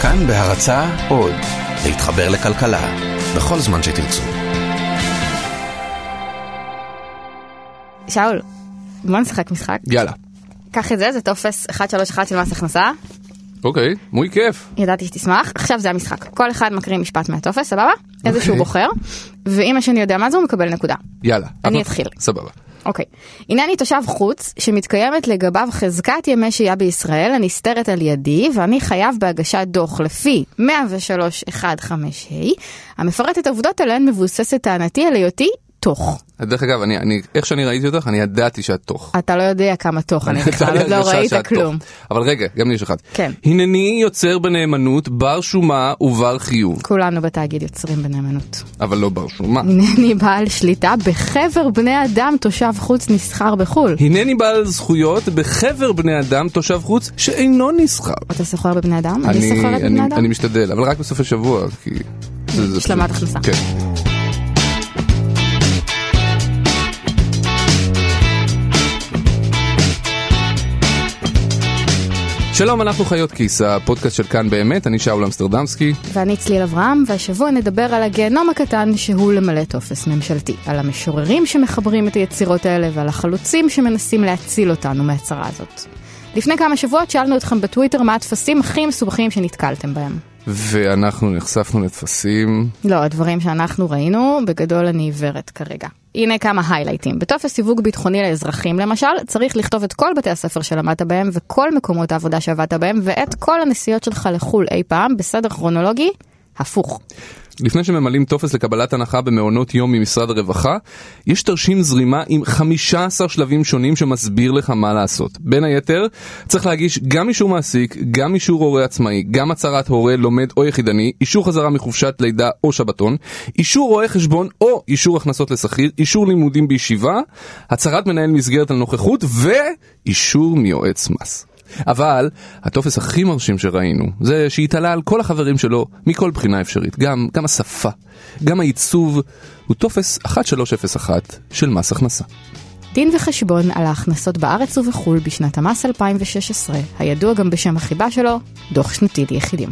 כאן בהרצאה עוד, להתחבר לכלכלה, בכל זמן שתרצו. שאול, בוא נשחק משחק. יאללה. קח את זה, זה טופס 131 של מס הכנסה. אוקיי, מוי כיף. ידעתי שתשמח. עכשיו זה המשחק. כל אחד מקריא משפט מהטופס, סבבה? איזה שהוא בוחר. ואם השני יודע מה זה, הוא מקבל נקודה. יאללה. אני אתחיל. סבבה. אוקיי. הנני תושב חוץ שמתקיימת לגביו חזקת ימי שהייה בישראל הנסתרת על ידי, ואני חייב בהגשת דוח לפי 103.15ה, המפרט את העובדות עליהן מבוססת טענתי על היותי תוך. דרך אגב, איך שאני ראיתי אותך, אני ידעתי שאת תוך. אתה לא יודע כמה תוך, אני בכלל עוד לא ראית כלום. אבל רגע, גם לי יש אחד. כן. הנני יוצר בנאמנות, בר שומה ובר חיוב. כולנו בתאגיד יוצרים בנאמנות. אבל לא בר שומה. הנני בעל שליטה בחבר בני אדם תושב חוץ נסחר בחול. הנני בעל זכויות בחבר בני אדם תושב חוץ שאינו נסחר. אתה סוחר בבני אדם? אני סוחרת בבני אדם? אני משתדל, אבל רק בסופי שבוע, כי... השלמת הכנסה. כן. שלום, אנחנו חיות כיס, הפודקאסט של כאן באמת, אני שאול אמסטרדמסקי. ואני צליל אברהם, והשבוע נדבר על הגיהנום הקטן שהוא למלא טופס ממשלתי, על המשוררים שמחברים את היצירות האלה ועל החלוצים שמנסים להציל אותנו מהצרה הזאת. לפני כמה שבועות שאלנו אתכם בטוויטר מה התפסים הכי מסובכים שנתקלתם בהם. ואנחנו נחשפנו לתפסים... לא, הדברים שאנחנו ראינו, בגדול אני עיוורת כרגע. הנה כמה היילייטים. בטופס סיווג ביטחוני לאזרחים, למשל, צריך לכתוב את כל בתי הספר שלמדת בהם, וכל מקומות העבודה שעבדת בהם, ואת כל הנסיעות שלך לחול אי פעם, בסדר כרונולוגי, הפוך. לפני שממלאים טופס לקבלת הנחה במעונות יום ממשרד הרווחה, יש תרשים זרימה עם 15 שלבים שונים שמסביר לך מה לעשות. בין היתר, צריך להגיש גם אישור מעסיק, גם אישור הורה עצמאי, גם הצהרת הורה לומד או יחידני, אישור חזרה מחופשת לידה או שבתון, אישור רואה חשבון או אישור הכנסות לשכיר, אישור לימודים בישיבה, הצהרת מנהל מסגרת על נוכחות ואישור מיועץ מס. אבל הטופס הכי מרשים שראינו זה שהתעלה על כל החברים שלו מכל בחינה אפשרית, גם השפה, גם העיצוב, הוא טופס 1301 של מס הכנסה. דין וחשבון על ההכנסות בארץ ובחול בשנת המס 2016, הידוע גם בשם החיבה שלו, דוח שנתי ליחידים.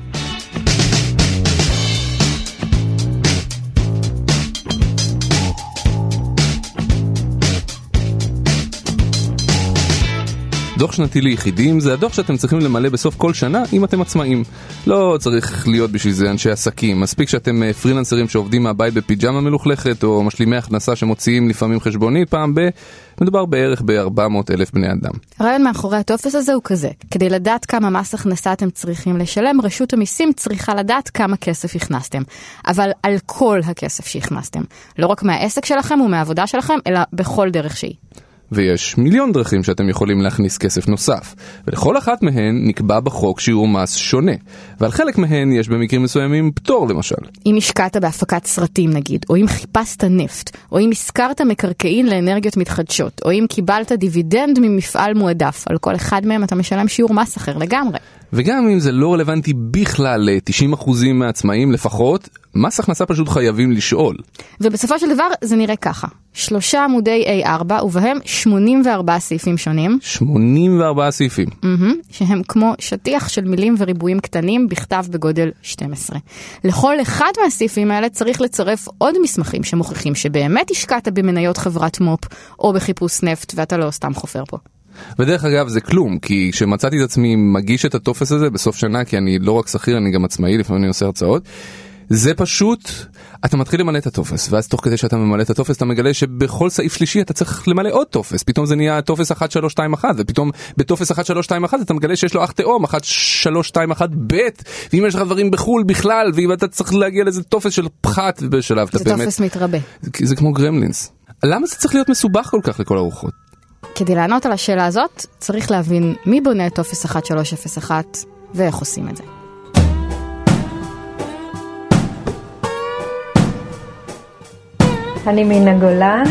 דוח שנתי ליחידים זה הדוח שאתם צריכים למלא בסוף כל שנה אם אתם עצמאים. לא צריך להיות בשביל זה אנשי עסקים. מספיק שאתם פרילנסרים שעובדים מהבית בפיג'מה מלוכלכת או משלימי הכנסה שמוציאים לפעמים חשבונית פעם מדובר בערך ב-400,000 בני אדם. הרעיון מאחורי הטופס הזה הוא כזה. כדי לדעת כמה מס הכנסה אתם צריכים לשלם, רשות המיסים צריכה לדעת כמה כסף הכנסתם. אבל על כל הכסף שהכנסתם. לא רק מהעסק שלכם ומהעבודה שלכם, אלא בכל דרך שהיא. ויש מיליון דרכים שאתם יכולים להכניס כסף נוסף, ולכל אחת מהן נקבע בחוק שיעור מס שונה, ועל חלק מהן יש במקרים מסוימים פטור למשל. אם השקעת בהפקת סרטים נגיד, או אם חיפשת נפט, או אם הזכרת מקרקעין לאנרגיות מתחדשות, או אם קיבלת דיבידנד ממפעל מועדף, על כל אחד מהם אתה משלם שיעור מס אחר לגמרי. וגם אם זה לא רלוונטי בכלל ל-90% מהעצמאים לפחות, מס הכנסה פשוט חייבים לשאול. ובסופו של דבר זה נראה ככה. 3 עמודי A4 ובהם 84 סעיפים שונים. 84 סעיפים. שהם כמו שטיח של מילים וריבועים קטנים בכתב בגודל 12. לכל אחד מהסעיפים האלה צריך לצרף עוד מסמכים שמוכיחים שבאמת השקעת במניות חברת מופ או בחיפוש נפט ואתה לא סתם חופר פה. ודרך אגב זה כלום, כי כשמצאתי את עצמי מגיש את הטופס הזה בסוף שנה, כי אני לא רק שכיר, אני גם עצמאי, לפעמים אני עושה הרצאות, זה פשוט, אתה מתחיל למלא את הטופס, ואז תוך כדי שאתה ממלא את הטופס, אתה מגלה שבכל סעיף שלישי אתה צריך למלא עוד טופס, פתאום זה נהיה טופס 1321, ופתאום בטופס 1321 אתה מגלה שיש לו אח תאום, 1321ב', ואם יש לך דברים בחול בכלל, ואם אתה צריך להגיע לאיזה טופס של פחת בשלב, זה טופס מתרבה. זה כמו גרמלינס. למה זה צריך להיות מסובך כל כך לכל הרוחות? כדי לענות על השאלה הזאת, צריך להבין מי בונה את טופס 1301 ואיך עושים את זה. אני מינה גולן,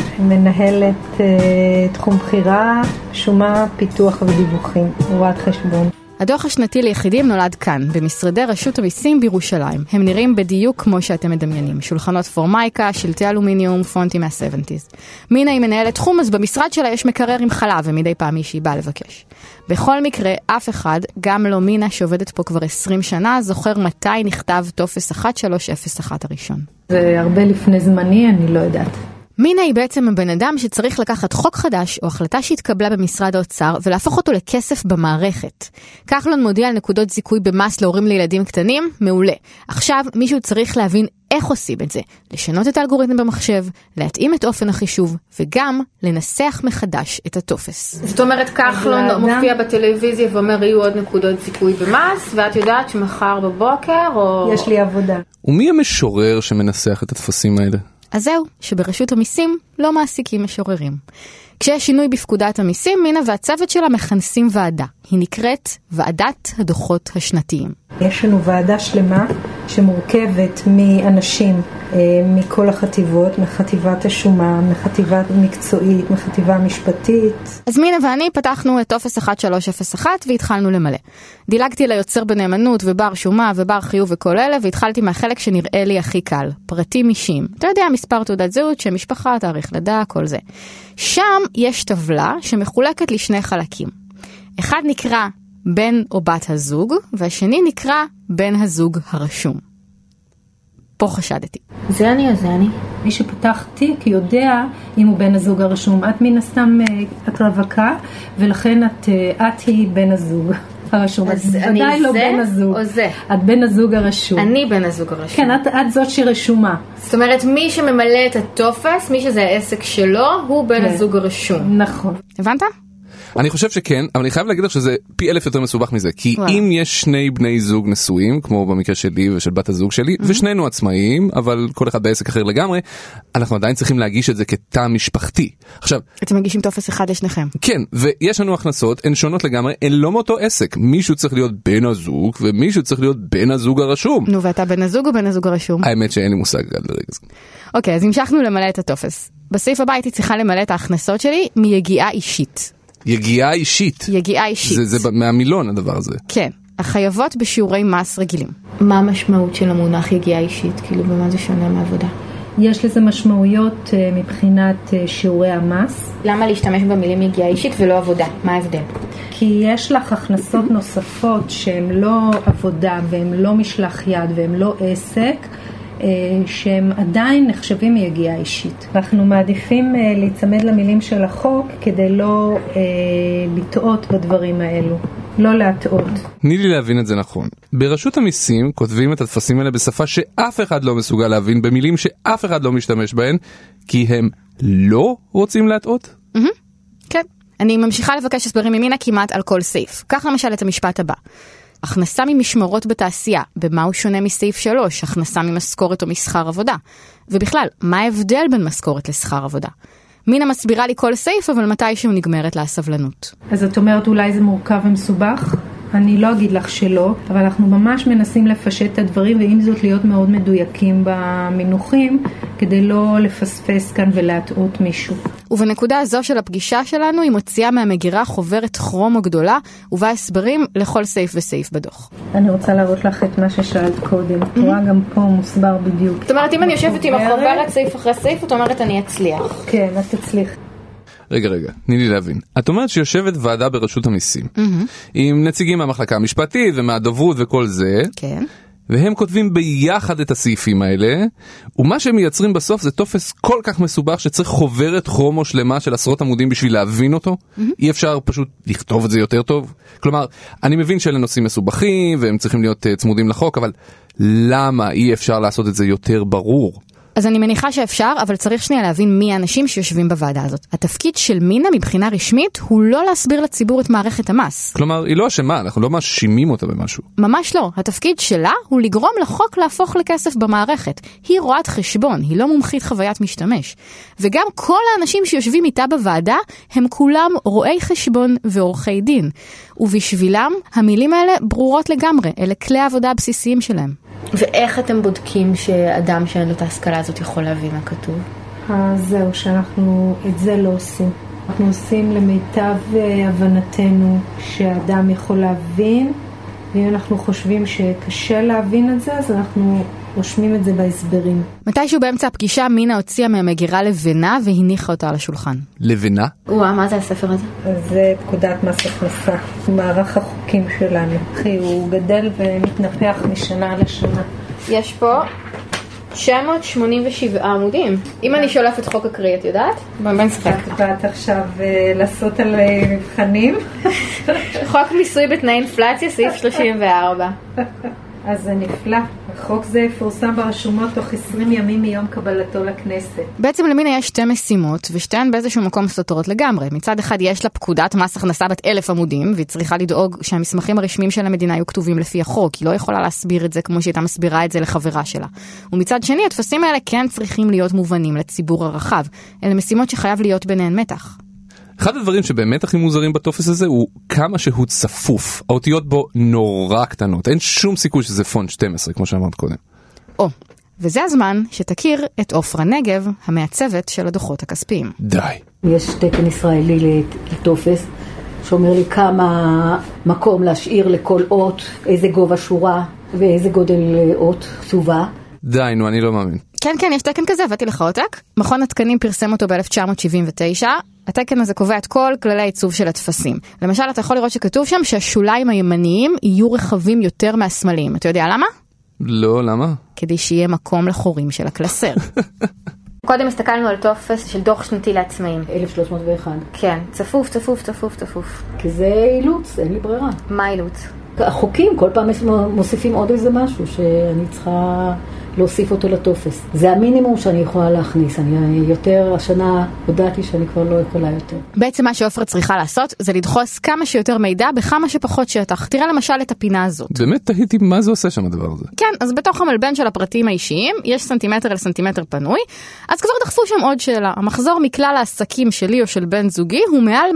מנהלת תחום בחירה, שומה, פיתוח ודיווחים, רואת חשבון. הדוח השנתי ליחידים נולד כאן, במשרדי רשות המיסים בירושלים. הם נראים בדיוק כמו שאתם מדמיינים. שולחנות פורמייקה, שלטי אלומיניום, פונטים מה-70s. מינה היא מנהלת תחום, אז במשרד שלה יש מקרר עם חלב, ומדי פעם מישהי באה לבקש. בכל מקרה, אף אחד, גם לא מינה שעובדת פה כבר 20 שנה, זוכר מתי נכתב טופס 1301 הראשון. זה הרבה לפני זמני, אני לא יודעת. מינה היא בעצם הבן אדם שצריך לקחת חוק חדש או החלטה שהתקבלה במשרד האוצר ולהפוך אותו לכסף במערכת. כחלון מודיע על נקודות זיכוי במס להורים לילדים קטנים, מעולה. עכשיו מישהו צריך להבין איך עושים את זה, לשנות את האלגוריתם במחשב, להתאים את אופן החישוב וגם לנסח מחדש את הטופס. זאת אומרת, כחלון מופיע בטלוויזיה ואומר יהיו עוד נקודות זיכוי במס, ואת יודעת שמחר בבוקר או... יש לי עבודה. ומי המשורר שמנסח את הטפסים האלה? אז זהו, שברשות המיסים לא מעסיקים משוררים. כשיש שינוי בפקודת המיסים, מינה והצוות שלה מכנסים ועדה. היא נקראת ועדת הדוחות השנתיים. יש לנו ועדה שלמה שמורכבת מאנשים מכל החטיבות, מחטיבת השומה, מחטיבה מקצועית, מחטיבה משפטית. אז מינה ואני פתחנו את טופס 1301 והתחלנו למלא. דילגתי ליוצר בנאמנות ובר שומה ובר חיוב וכל אלה, והתחלתי מהחלק שנראה לי הכי קל, פרטים אישיים. אתה יודע, מספר תעודת זהות, שם משפחה, תאריך לידה, כל זה. שם יש טבלה שמחולקת לשני חלקים. אחד נקרא בן או בת הזוג, והשני נקרא בן הזוג הרשום. פה חשדתי. זה אני או זה אני? מי שפתח תיק יודע אם הוא בן הזוג הרשום. את מן הסתם את רווקה, ולכן את היא בן הזוג הרשום. אז אני ודאי לא זה בן הזוג. או זה? את בן הזוג הרשום. אני בן הזוג הרשום. כן, את זאת שרשומה. זאת אומרת, מי שממלא את הטופס, מי שזה העסק שלו, הוא בן הזוג הרשום. נכון. הבנת? אני חושב שכן, אבל אני חייב להגיד לך שזה פי 1000 יותר מסובך מזה, כי אם יש שני בני זוג נשואים, כמו במקרה שלי ושל בת הזוג שלי, ושנינו עצמאיים, אבל כל אחד בעסק אחר לגמרי, אנחנו עדיין צריכים להגיש את זה כתא משפחתי. עכשיו, אתם מגישים טופס אחד לשניכם. כן, ויש לנו הכנסות, הן שונות לגמרי, הן לא מאותו עסק. מישהו צריך להיות בן הזוג, ומישהו צריך להיות בן הזוג הרשום. נו, ואתה בן הזוג או בן הזוג הרשום? האמת שאין לי מושג עד לרגע זה. אוקיי, אז המשכנו למלא את הטופס. בסעיף הבא הייתי צריכה למלא את ההכנסות שלי מיגיעה אישית. יגיעה אישית. יגיעה אישית. זה מהמילון הדבר הזה. כן, החייבות בשיעורי מס רגילים. מה המשמעות של המונח יגיעה אישית? כאילו, במה זה שונה מעבודה? יש לזה משמעויות מבחינת שיעורי המס. למה להשתמש במילים יגיעה אישית ולא עבודה? מה ההבדל? כי יש לך הכנסות נוספות שהן לא עבודה והן לא משלח יד והן לא עסק, שהם עדיין נחשבים מיגיעה אישית. אנחנו מעדיפים להצמד למילים של החוק כדי לא לטעות בדברים האלו, לא להטעות. תני לי להבין את זה נכון. ברשות המיסים כותבים את הטפסים האלה בשפה שאף אחד לא מסוגל להבין, במילים שאף אחד לא משתמש בהן, כי הם לא רוצים להטעות? כן. אני ממשיכה לבקש הסברים ממינה כמעט על כל סעיף. כך למשל את המשפט הבא. הכנסה ממשמרות בתעשייה, במה הוא שונה מסעיף 3, הכנסה ממשכורת או משכר עבודה. ובכלל, מה ההבדל בין משכורת לשכר עבודה? מינה מסבירה לי כל סעיף, אבל מתישהו נגמרת לה הסבלנות. אז את אומרת אולי זה מורכב ומסובך? אני לא אגיד לך שלא, אבל אנחנו ממש מנסים לפשט את הדברים, ועם זאת להיות מאוד מדויקים במינוחים, כדי לא לפספס כאן ולהטעות מישהו. ובנקודה הזו של הפגישה שלנו, היא מוציאה מהמגירה חוברת כרומו גדולה, ובה הסברים לכל סעיף וסעיף בדוח. אני רוצה להראות לך את מה ששאלת קודם. רואה גם פה מוסבר בדיוק. זאת אומרת, אם אני יושבת עם החוברת סעיף אחרי סעיף, את אומרת אני אצליח. כן, את תצליח. רגע, תני לי להבין. את אומרת שיושבת ועדה ברשות המיסים, עם נציגים מהמחלקה המשפטית ומהדוברות וכל זה, כן. והם כותבים ביחד את הסעיפים האלה, ומה שהם מייצרים בסוף זה טופס כל כך מסובך שצריך חוברת כרומו שלמה של עשרות עמודים בשביל להבין אותו. אי אפשר פשוט לכתוב את זה יותר טוב. כלומר, אני מבין שאלה נושאים מסובכים והם צריכים להיות צמודים לחוק, אבל למה אי אפשר לעשות את זה יותר ברור? אז אני מניחה שאפשר, אבל צריך שנייה להבין מי האנשים שיושבים בוועדה הזאת. התפקיד של מינה מבחינה רשמית הוא לא להסביר לציבור את מערכת המס. כלומר, היא לא אשמה, אנחנו לא מאשימים אותה במשהו. ממש לא. התפקיד שלה הוא לגרום לחוק להפוך לכסף במערכת. היא רואת חשבון, היא לא מומחית חוויית משתמש. וגם כל האנשים שיושבים איתה בוועדה הם כולם רואי חשבון ועורכי דין. ובשבילם המילים האלה ברורות לגמרי, אלה כלי העבודה הבסיסיים שלהם. ואיך אתם בודקים שאדם שאין לו את ההשכלה הזאת יכול להבין מה כתוב? זהו, שאנחנו את זה לא עושים. אנחנו עושים למיטב הבנתנו שהאדם יכול להבין, ואם אנחנו חושבים שקשה להבין את זה, אז אנחנו רושמים את זה בהסברים. מתישהו באמצע הפגישה מינה הוציאה מהמגירה לבנה והניחה אותה על השולחן. לבנה? מה זה הספר הזה? זה פקודת מס הכנסה, מערך החוקים שלנו. אחי, הוא גדל ומתנפח משנה לשנה. יש פה 987 עמודים. אם אני שולפת חוק הקריא, את יודעת? במה נשחק? באת עכשיו לעשות על מבחנים? חוק מיסוי בתנאי אינפלציה, סעיף 34. אז זה נפלא. החוק זה יפורסם ברשומות תוך 20 ימים מיום קבלתו לכנסת. בעצם למינה יש שתי משימות, ושתיהן באיזשהו מקום סותרות לגמרי. מצד אחד יש לה פקודת מס הכנסה בת 1,000 עמודים, והיא צריכה לדאוג שהמסמכים הרשמיים של המדינה יהיו כתובים לפי החוק. היא לא יכולה להסביר את זה כמו שהייתה מסבירה את זה לחברה שלה. ומצד שני, הטפסים האלה כן צריכים להיות מובנים לציבור הרחב. אלה משימות שחייב להיות ביניהן מתח. אחד הדברים שבאמת הכי מוזרים בטופס הזה הוא כמה שהוא צפוף. האותיות בו נורא קטנות. אין שום סיכוי שזה פונט 12, כמו שאמרת קודם. וזה הזמן שתכיר את עופרה נגב, המעצבת של הדוחות הכספיים. די. יש תקן ישראלי לטופס, שאומר לי כמה מקום להשאיר לכל אות, איזה גובה שורה ואיזה גודל אות כתובה. די, נו, אני לא מאמין. כן, יש תקן כזה, הבאתי לך עותק. מכון התקנים פרסם אותו ב-1979. התקן הזה קובע את כל כללי העיצוב של הטפסים. למשל, אתה יכול לראות שכתוב שם שהשוליים הימניים יהיו רחבים יותר מהשמאליים. אתה יודע למה? לא, למה? כדי שיהיה מקום לחורים של הקלסר. קודם הסתכלנו על טופס של דוח שנתי לעצמאים. 1301. כן, צפוף. כי זה אילוץ, אין לי ברירה. מה אילוץ? החוקים, כל פעם מוסיפים עוד איזה משהו שאני צריכה להוסיף אותו לטופס. זה המינימום שאני יכולה להכניס. אני יותר, השנה הודעתי שאני כבר לא יכולה יותר. בעצם מה שעופרה צריכה לעשות זה לדחוס כמה שיותר מידע בכמה שפחות שטח. תראה למשל את הפינה הזאת. באמת תהיתי מה זה עושה שם הדבר הזה. כן, אז בתוך המלבן של הפרטים האישיים יש סנטימטר על סנטימטר פנוי, אז כבר דחפו שם עוד שאלה. המחזור מכלל העסקים שלי או של בן זוגי הוא מעל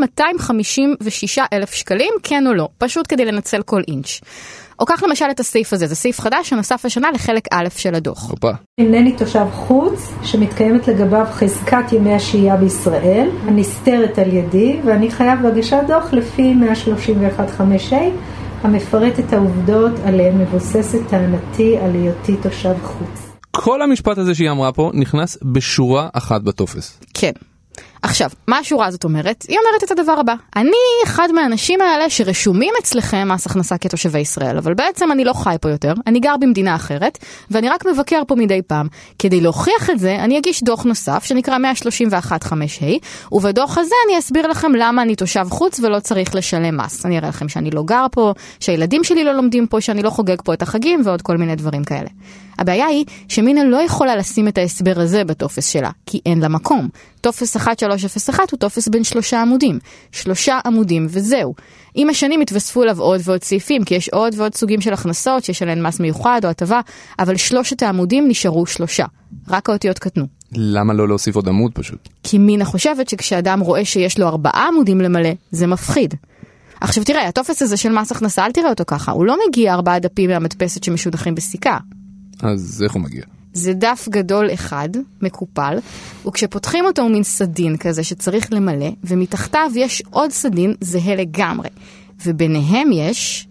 256,000 שקלים, כן או לא, פשוט כדי לנצל כל אינץ'. או כך למשל את הסעיף הזה, זה סעיף חדש שנוסף השנה לחלק א' של הדוח. אינני תושב חוץ שמתקיימת לגביו חזקת ימי השהייה בישראל, הנסתרת על ידי, ואני חייב בהגשת דוח לפי 131.5a, המפרט את העובדות עליהן מבוססת טענתי על היותי תושב חוץ. כל המשפט הזה שהיא אמרה פה נכנס בשורה אחת בטופס. כן. עכשיו, מה השורה הזאת אומרת? היא אומרת את הדבר הבא. אני אחד מהאנשים האלה שרשומים אצלכם מס הכנסה כתושבי ישראל, אבל בעצם אני לא חי פה יותר, אני גר במדינה אחרת, ואני רק מבקר פה מדי פעם. כדי להוכיח את זה, אני אגיש דוח נוסף שנקרא 131.5a, ובדוח הזה אני אסביר לכם למה אני תושב חוץ ולא צריך לשלם מס. אני אראה לכם שאני לא גר פה, שהילדים שלי לא לומדים פה, שאני לא חוגג פה את החגים ועוד כל מיני דברים כאלה. הבעיה היא שמינה לא יכולה לשים את ההסבר הזה בטופס שלה, כי אין לה מקום. טופס 1301 הוא טופס בין 3 עמודים. 3 עמודים וזהו. עם השנים התווספו אליו עוד ועוד סעיפים, כי יש עוד ועוד סוגים של הכנסות שיש עליהן מס מיוחד או הטבה, אבל 3 העמודים נשארו 3. רק האותיות קטנו. למה לא להוסיף עוד עמוד פשוט? כי מינה חושבת שכשאדם רואה שיש לו 4 עמודים למלא, זה מפחיד. עכשיו תראה, הטופס הזה של מס הכנסה, אל תראה אותו ככה. הוא לא מגיע 4 דפים מהמדפסת שמשודכים בסיכה. אז איך הוא מגיע? זה דף גדול אחד, מקופל, וכשפותחים אותו הוא מין סדין כזה שצריך למלא, ומתחתיו יש עוד סדין זהה לגמרי. וביניהם יש...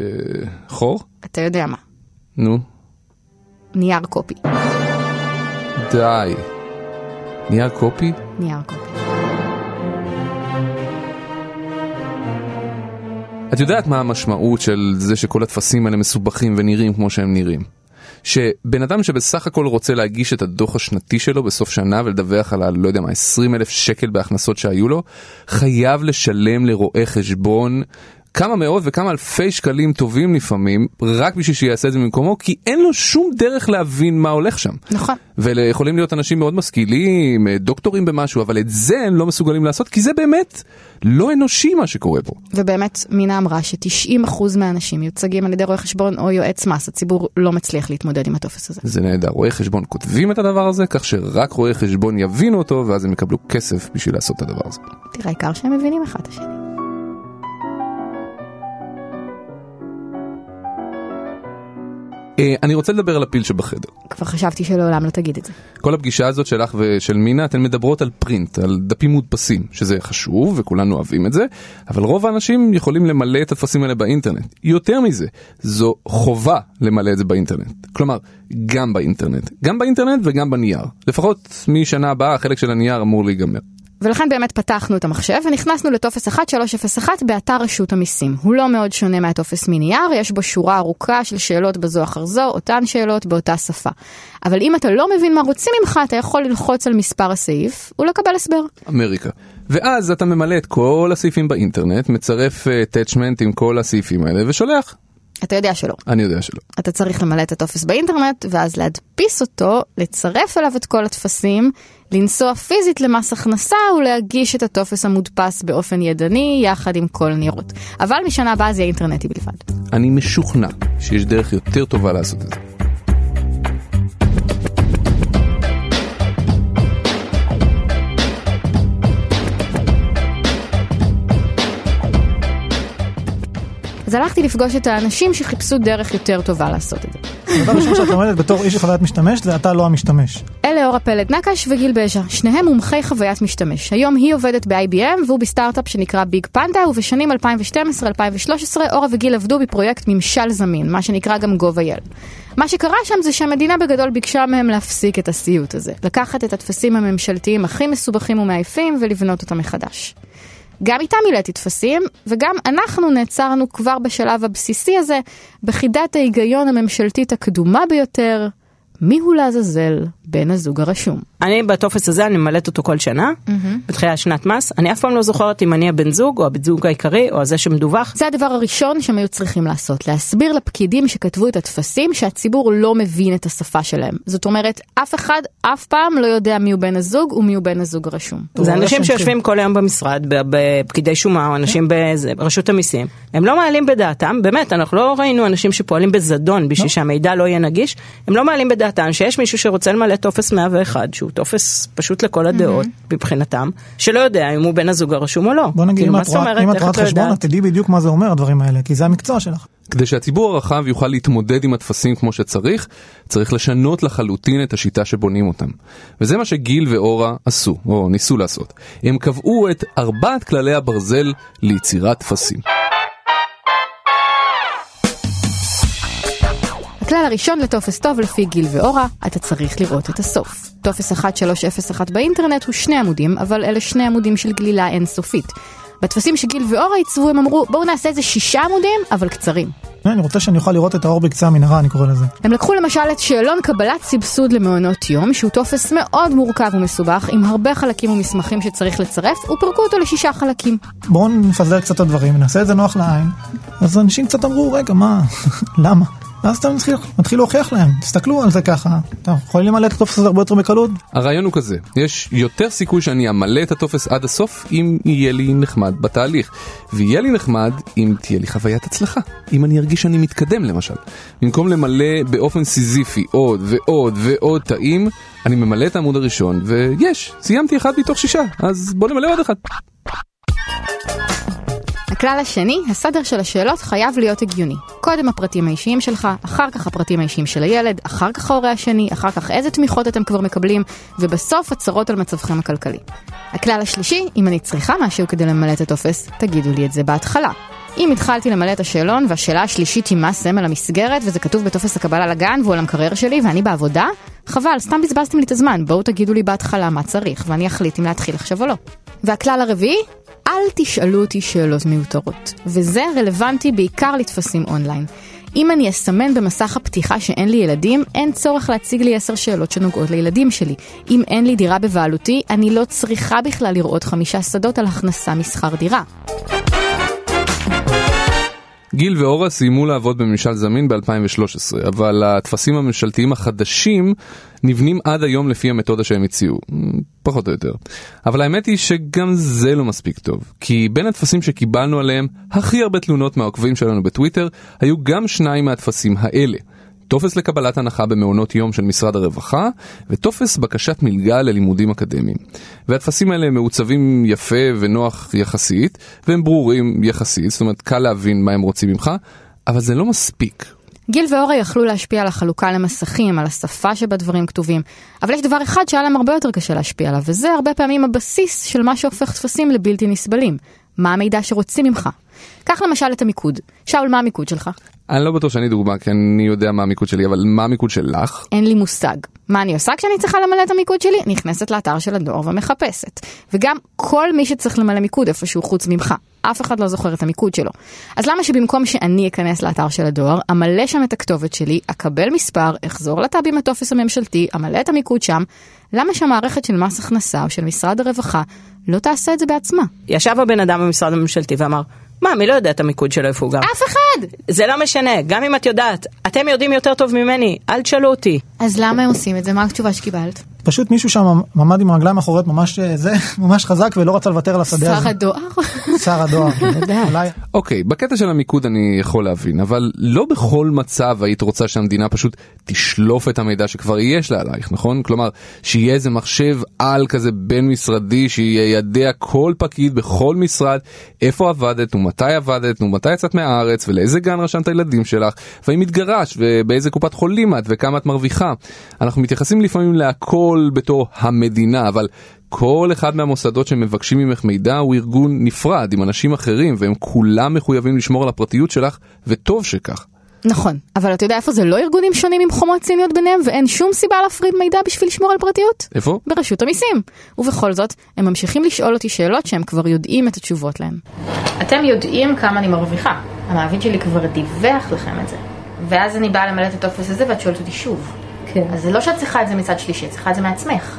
חור? אתה יודע מה. נו. נייר קופי. די. נייר קופי? נייר קופי. את יודעת מה המשמעות של זה שכל התפסים האלה מסובכים ונראים כמו שהם נראים? שבן אדם שבסך הכל רוצה להגיש את הדוח השנתי שלו בסוף שנה ולדווח על, לא יודע מה, 20,000 שקל בהכנסות שהיו לו, חייב לשלם לרואה חשבון כמה מאות וכמה אלפי שקלים טובים לפעמים, רק בשביל שיעשה את זה במקומו, כי אין לו שום דרך להבין מה הולך שם. נכון. ויכולים להיות אנשים מאוד משכילים, דוקטורים במשהו, אבל את זה הם לא מסוגלים לעשות, כי זה באמת לא אנושי מה שקורה פה. ובאמת מינה אמרה ש90% מהאנשים מיוצגים על ידי רואה חשבון או יועץ מס. הציבור לא מצליח להתמודד עם הטופס הזה. זה נהדר. רואי חשבון כותבים את הדבר הזה, כך שרק רואי חשבון יבינו אותו, ואז הם יקבלו כסף בשביל לעשות את הדבר הזה. תראה, העיקר שהם מבינים אחד את השני. אני רוצה לדבר על הפיל שבחדר. כבר חשבתי שלעולם לא תגיד את זה. כל הפגישה הזאת שלך ושל מינה, אתן מדברות על פרינט, על דפים מודפסים, שזה חשוב וכולנו אוהבים את זה, אבל רוב האנשים יכולים למלא את הדפסים האלה באינטרנט. יותר מזה, זו חובה למלא את זה באינטרנט. כלומר, גם באינטרנט וגם בנייר. לפחות משנה הבאה החלק של הנייר אמור להיגמר. ולכן באמת פתחנו את המחשב ונכנסנו לטופס 1301 באתר רשות המיסים. הוא לא מאוד שונה מהטופס מנייר, יש בו שורה ארוכה של שאלות בזו אחר זו, אותן שאלות באותה שפה. אבל אם אתה לא מבין מה רוצים ממך, אתה יכול ללחוץ על מספר הסעיף ולקבל הסבר. אמריקה. ואז אתה ממלא את כל הסעיפים באינטרנט, מצרף attachment עם כל הסעיפים האלה ושולח. אתה יודע שלא. אני יודע שלא. אתה צריך למלא את הטופס באינטרנט, ואז להדפיס אותו, לצרף אליו את כל התפסים, לנסוע פיזית למס הכנסה, ולהגיש את הטופס המודפס באופן ידני, יחד עם כל ניירות. אבל משנה הבאה זה יהיה אינטרנטי בלבד. אני משוכנע שיש דרך יותר טובה לעשות את זה. אז הלכתי לפגוש את האנשים שחיפשו דרך יותר טובה לעשות את זה. הדבר ראשון שאת לומדת בתור איש חוויית משתמש, ואתה לא המשתמש. אלה אורה פלד נקש וגיל בז'ה, שניהם מומחי חוויית משתמש. היום היא עובדת ב-IBM והוא בסטארט-אפ שנקרא ביג פנדה, ובשנים 2012-2013 אורה וגיל עבדו בפרויקט ממשל זמין, מה שנקרא גם gov.il. מה שקרה שם זה שהמדינה בגדול ביקשה מהם להפסיק את הסיוט הזה, לקחת את התפסים הממשלתיים הכי מסובכים ומעייפים ולבנות אותם מחדש. גם איתם מילאתי תפסים, וגם אנחנו נעצרנו כבר בשלב הבסיסי הזה, בחידת ההיגיון הממשלתית הקדומה ביותר, מי הוא לעזאזל בן הזוג הרשום. אני בטופס הזה, אני ממלאת אותו כל שנה, בתחילת שנת מס, אני אף פעם לא זוכרת אם אני הבן זוג, או הבן זוג העיקרי, או הזה שמדווח. זה הדבר הראשון שהם היו צריכים לעשות, להסביר לפקידים שכתבו את התפסים, שהציבור לא מבין את השפה שלהם. זאת אומרת, אף אחד אף פעם לא יודע מי הוא בן הזוג, ומי הוא בן הזוג הרשום. זה אנשים שיושבים כל היום במשרד, בפקידי שומה, או אנשים ברשות המיסים. הם לא מעלים בדעתם, באמת, אנחנו לא ראינו אנשים שפועלים בזדון, בשביל שהמידע לא יהיה נגיש. הם לא מעלים בדעתם שיש מישהו שרוצה למלא טופס 101, שהוא טופס פשוט לכל הדעות, מבחינתם, שלא יודע אם הוא בן הזוג הרשום או לא. בוא נגיד, אם את רואת חשבון, את תדעי בדיוק מה זה אומר, הדברים האלה, כי זה המקצוע שלך. כדי שהציבור הרחב יוכל להתמודד עם התפסים כמו שצריך, צריך לשנות לחלוטין את השיטה שבונים אותם. וזה מה שגיל ואורה עשו, או ניסו לעשות. הם קבעו את 4 כללי הברזל ליצירת תפסים. הכלל הראשון לטופס טוב לפי גיל ואורה, אתה צריך לראות את הסוף. טופס 1301 באינטרנט הוא 2 עמודים, אבל אלה 2 עמודים של גלילה אינסופית. בתפסים שגיל ואורה ייצבו, הם אמרו, בואו נעשה איזה 6 עמודים, אבל קצרים. אני רוצה שאני אוכל לראות את האור בקצה המנהרה, אני קורא לזה. הם לקחו למשל את שאלון קבלת סבסוד למעונות יום, שהוא טופס מאוד מורכב ומסובך, עם הרבה חלקים ומסמכים שצריך לצרף, ופרקו אותו ל6 חלקים. בואו נפזר קצת את הדברים, נעשה את זה נוח לעין. אז אנשים קצת אמרו, רגע, מה? למה? ואז אתה מתחיל להוכיח להם, תסתכלו על זה ככה, אתה יכולים למלא את הטופס הזה הרבה יותר בקלות. הרעיון הוא כזה, יש יותר סיכוי שאני אמלא את הטופס עד הסוף אם יהיה לי נחמד בתהליך, ויהיה לי נחמד אם תהיה לי חוויית הצלחה, אם אני ארגיש שאני מתקדם למשל. במקום למלא באופן סיזיפי עוד ועוד ועוד תאים, אני ממלא את העמוד הראשון, ויש, סיימתי 1 מתוך 6, אז בוא נמלא עוד 1. הכלל השני, הסדר של השאלות חייב להיות הגיוני. קודם הפרטים האישיים שלך, אחר כך הפרטים האישיים של הילד, אחר כך ההורה השני, אחר כך איזה תמיכות אתם כבר מקבלים, ובסוף הצהרות על מצבכם הכלכלי. הכלל השלישי, אם אני צריכה משהו כדי למלא את הטופס, תגידו לי את זה בהתחלה. אם התחלתי למלא את השאלון, והשאלה השלישית היא מה סמל המסגרת, וזה כתוב בטופס הקבלה לגן והוא על המקרר שלי, ואני בעבודה, חבל, סתם בזבזתם לי את הזמן, בואו תגידו לי בהתחלה מה צריך, ואני אחליט אם להתחיל עכשיו או לא. והכלל הרביעי, אל תשאלו אותי שאלות מיותרות, וזה רלוונטי בעיקר לתפסים אונליין. אם אני אסמן במסך הפתיחה שאין לי ילדים, אין צורך להציג לי 10 שאלות שנוגעות לילדים שלי. אם אין לי דירה בבעלותי, אני לא צריכה בכלל לראות 5 שדות על הכנסה משכר דירה. גיל ואורה סיימו לעבוד בממשל זמין ב-2013, אבל התפסים הממשלתיים החדשים נבנים עד היום לפי המתודה שהם הציעו, פחות או יותר. אבל האמת היא שגם זה לא מספיק טוב, כי בין התפסים שקיבלנו עליהם הכי הרבה תלונות מהעוקבים שלנו בטוויטר, היו גם 2 מהתפסים האלה. טופס לקבלת הנחה במעונות יום של משרד הרווחה, וטופס בקשת מלגה ללימודים אקדמיים. והתפסים האלה מעוצבים יפה ונוח יחסית, והם ברורים יחסית, זאת אומרת קל להבין מה הם רוצים ממך, אבל זה לא מספיק. גיל ואורה יכלו להשפיע על החלוקה למסכים, על השפה שבה דברים כתובים, אבל יש דבר אחד שהיה להם הרבה יותר קשה להשפיע עליו, וזה הרבה פעמים הבסיס של מה שהופך תפסים לבלתי נסבלים. מה המידע שרוצים ממך? קח למשל את המיקוד. שאול, מה המיקוד שלך? אני לא בטוח שאני דוגמה, כי אני יודע מה המיקוד שלי, אבל מה המיקוד שלך? אין לי מושג. מה אני עושה כשאני צריכה למלא את המיקוד שלי? נכנסת לאתר של הדואר ומחפשת. וגם כל מי שצריך למלא מיקוד איפשהו חוץ ממך. אף אחד לא זוכר את המיקוד שלו. אז למה שבמקום שאני אכנס לאתר של הדואר, אמלא שם את הכתובת שלי, אקבל מספר, אחזור לטאב עם הטופס הממשלתי, אמלא את המיקוד שם, למה שהמערכת של מס הכנסה או של משרד הרווחה לא תעשה את זה בעצמה? ישב הבן אדם במשרד הממשלתי ואמר, מה, מי לא יודע את המיקוד שלו איפה הוא גר? אף אחד! זה לא משנה, גם אם את יודעת, אתם יודעים יותר טוב ממני, אל תשאלו אותי. אז למה הם עושים את זה? מה התשובה שקיבלת? פשוט מישהו שם ממד עם רגליים אחוריות ממש חזק ולא רצה לוותר על השדה הזה. שר הדואר? שר הדואר, אולי. אוקיי, בקטע של המיקוד אני יכול להבין, אבל לא בכל מצב היית רוצה שהמדינה פשוט תשלוף את המידע שכבר יש לה עלייך, נכון? כלומר, שיהיה איזה מחשב על כזה בין משרדי, שידע כל פקיד בכל משרד, איפה עבדת ומתי עבדת ומתי יצאת מהארץ ולאיזה גן רשמת הילדים שלך, והאם התגרש ובאיזה קופת חולים את וכמה את מרוויחה. אנחנו מתייחסים לפעמים להכל בתור המדינה, אבל כל אחד מהמוסדות שמבקשים ממך מידע הוא ארגון נפרד עם אנשים אחרים, והם כולם מחויבים לשמור על הפרטיות שלך, וטוב שכך. נכון, אבל אתה יודע איפה זה לא ארגונים שונים עם חומות ציניות ביניהם, ואין שום סיבה להפריד מידע בשביל לשמור על פרטיות? איפה? ברשות המיסים. ובכל זאת, הם ממשיכים לשאול אותי שאלות שהם כבר יודעים את התשובות להם. אתם יודעים כמה אני מרוויחה. המעביד שלי כבר דיווח לכם את זה. ואז אני באה למלא את הטופס הזה ואת שואלת אותי שוב. כן. אז זה לא שאת צריכה את זה מצד שלישי, את צריכה את זה מעצמך.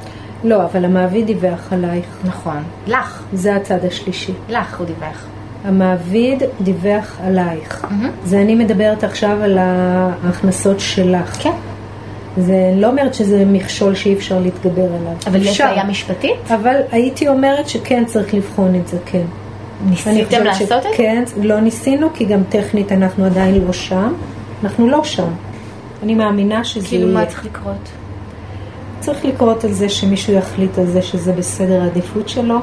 לא, אבל המעביד דיווח עלייך. נכון. לך. זה הצד השלישי. לך הוא דיווח. המעביד דיווח עלייך. זה אני מדברת עכשיו על ההכנסות שלך. כן. זה לא אומרת שזה מכשול שאי אפשר להתגבר עליו. אבל יש בעיה משפטית? אבל הייתי אומרת שכן צריך לבחון את זה, כן. ניסיתם לעשות את זה? כן, לא ניסינו, כי גם טכנית אנחנו עדיין לא שם. אנחנו לא שם. אני מאמינה שזה... כאילו מה צריך לקרות? צריך לקרות על זה שמישהו יחליט על זה שזה בסדר העדיפות שלו,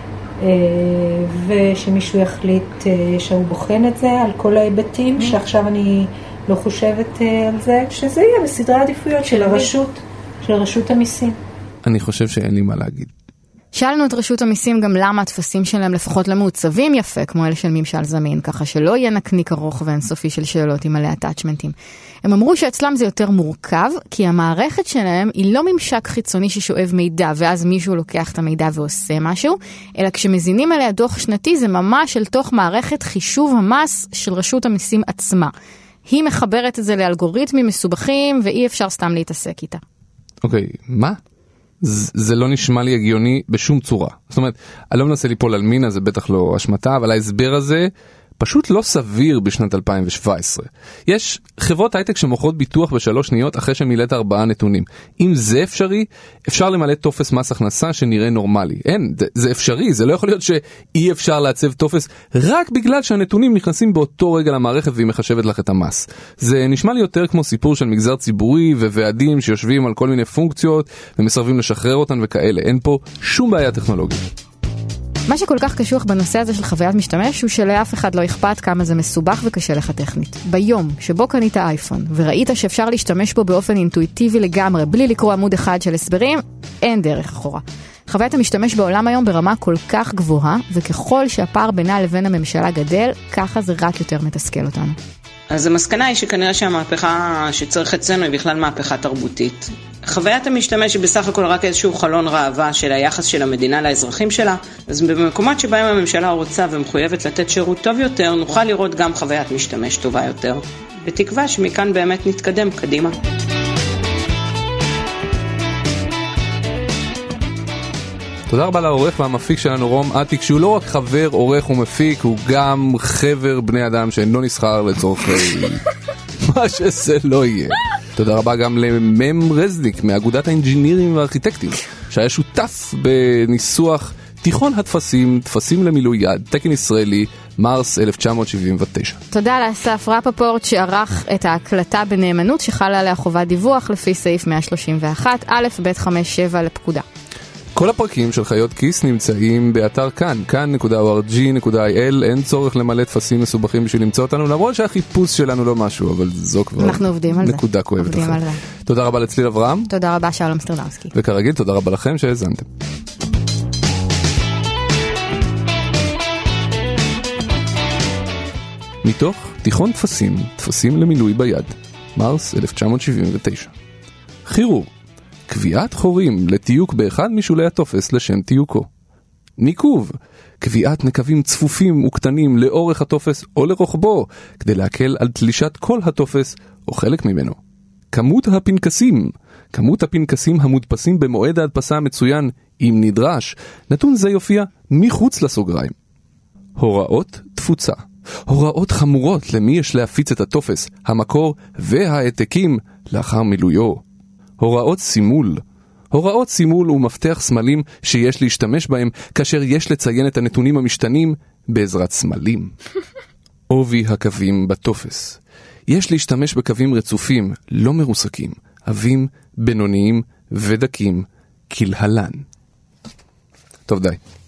ושמישהו יחליט שהוא בוחן את זה על כל ההיבטים, שעכשיו אני לא חושבת על זה, שזה יהיה בסדרי העדיפויות של רשות המיסים. אני חושב שאין לי מה להגיד. שאלנו את רשות המיסים גם למה התפסים שלהם לפחות לא מעוצבים יפה, כמו אלה של ממשל זמין, ככה שלא יהיה נקניק ארוך ואינסופי של שאלות עם מלא הטאצ'מנטים. הם אמרו שאצלם זה יותר מורכב, כי המערכת שלהם היא לא ממשק חיצוני ששואב מידע, ואז מישהו לוקח את המידע ועושה משהו, אלא כשמזינים עליה דוח שנתי, זה ממש אל תוך מערכת חישוב המס של רשות המיסים עצמה. היא מחברת את זה לאלגוריתמים מסובכים, ואי אפשר סתם להתעסק איתה. אוקיי, מה? זה לא נשמע לי הגיוני בשום צורה. זאת אומרת, אני לא מנסה ליפול על מינה, זה בטח לא השמטה, אבל ההסבר הזה פשוט לא סביר בשנת 2017. יש חברות הייטק שמוכרות ביטוח ב3 שניות אחרי שמילאת 4 נתונים. אם זה אפשרי, אפשר למלא טופס מס הכנסה שנראה נורמלי. אין, זה אפשרי, זה לא יכול להיות שאי אפשר לעצב טופס רק בגלל שהנתונים נכנסים באותו רגע למערכת והיא מחשבת לך את המס. זה נשמע לי יותר כמו סיפור של מגזר ציבורי וועדים שיושבים על כל מיני פונקציות ומסרבים לשחרר אותן וכאלה. אין פה שום בעיה טכנולוגית. מה שכל כך קשוח בנושא הזה של חוויית משתמש הוא שלאף אחד לא אכפת כמה זה מסובך וקשה לך טכנית. ביום שבו קנית אייפון וראית שאפשר להשתמש בו באופן אינטואיטיבי לגמרי בלי לקרוא עמוד אחד של הסברים, אין דרך אחורה. חוויית המשתמש בעולם היום ברמה כל כך גבוהה, וככל שהפער בינה לבין הממשלה גדל, ככה זה רק יותר מתסכל אותנו. אז המסקנה היא שכנראה שהמהפכה שצריך אצלנו היא בכלל מהפכה תרבותית. חוויית המשתמש היא בסך הכל רק איזשהו חלון ראווה של היחס של המדינה לאזרחים שלה, אז במקומות שבהם הממשלה רוצה ומחויבת לתת שירות טוב יותר, נוכל לראות גם חוויית משתמש טובה יותר. בתקווה שמכאן באמת נתקדם קדימה. תודה רבה לעורך והמפיק שלנו רום אטיק, שהוא לא רק חבר, עורך ומפיק, הוא גם חבר בני אדם שאינו נסחר לצורכי מה שזה לא יהיה. תודה רבה גם למם רזניק מאגודת האינג'ינירים והארכיטקטים, שהיה שותף בניסוח תיכון התפסים, תפסים למילוי יד, תקן ישראלי, מרס 1979. תודה לאסף רפפורט שערך את ההקלטה בנאמנות שחלה עליה חובת דיווח לפי סעיף 131 א' ב' 5-7 לפקודה. כל הפרקים של חיות כיס נמצאים באתר כאן, כאן.org.il. אין צורך למלא תפסים מסובכים בשביל למצוא אותנו, למרות שהחיפוש שלנו לא משהו, אבל זו כבר נקודה כואבת אחת. תודה רבה לצליל אברהם. תודה רבה שלום סטרדמסקי. וכרגיל, תודה רבה לכם שהאזנתם. מתוך תיכון תפסים, תפסים למילוי ביד, מרס 1979. חירור, קביעת חורים לתיוק באחד משולי הטופס לשם תיוקו. ניקוב, קביעת נקבים צפופים וקטנים לאורך הטופס או לרוחבו, כדי להקל על תלישת כל הטופס או חלק ממנו. כמות הפנקסים, כמות הפנקסים המודפסים במועד ההדפסה המצוין, אם נדרש, נתון זה יופיע מחוץ לסוגריים. הוראות תפוצה, הוראות חמורות למי יש להפיץ את הטופס, המקור והעתקים לאחר מילויו. הוראות סימול, הוראות סימול ומפתח סמלים שיש להשתמש בהם כאשר יש לציין את הנתונים המשתנים בעזרת סמלים. עובי הקווים בטופס, יש להשתמש בקווים רצופים, לא מרוסקים, עבים, בינוניים ודקים, כלהלן. טוב די.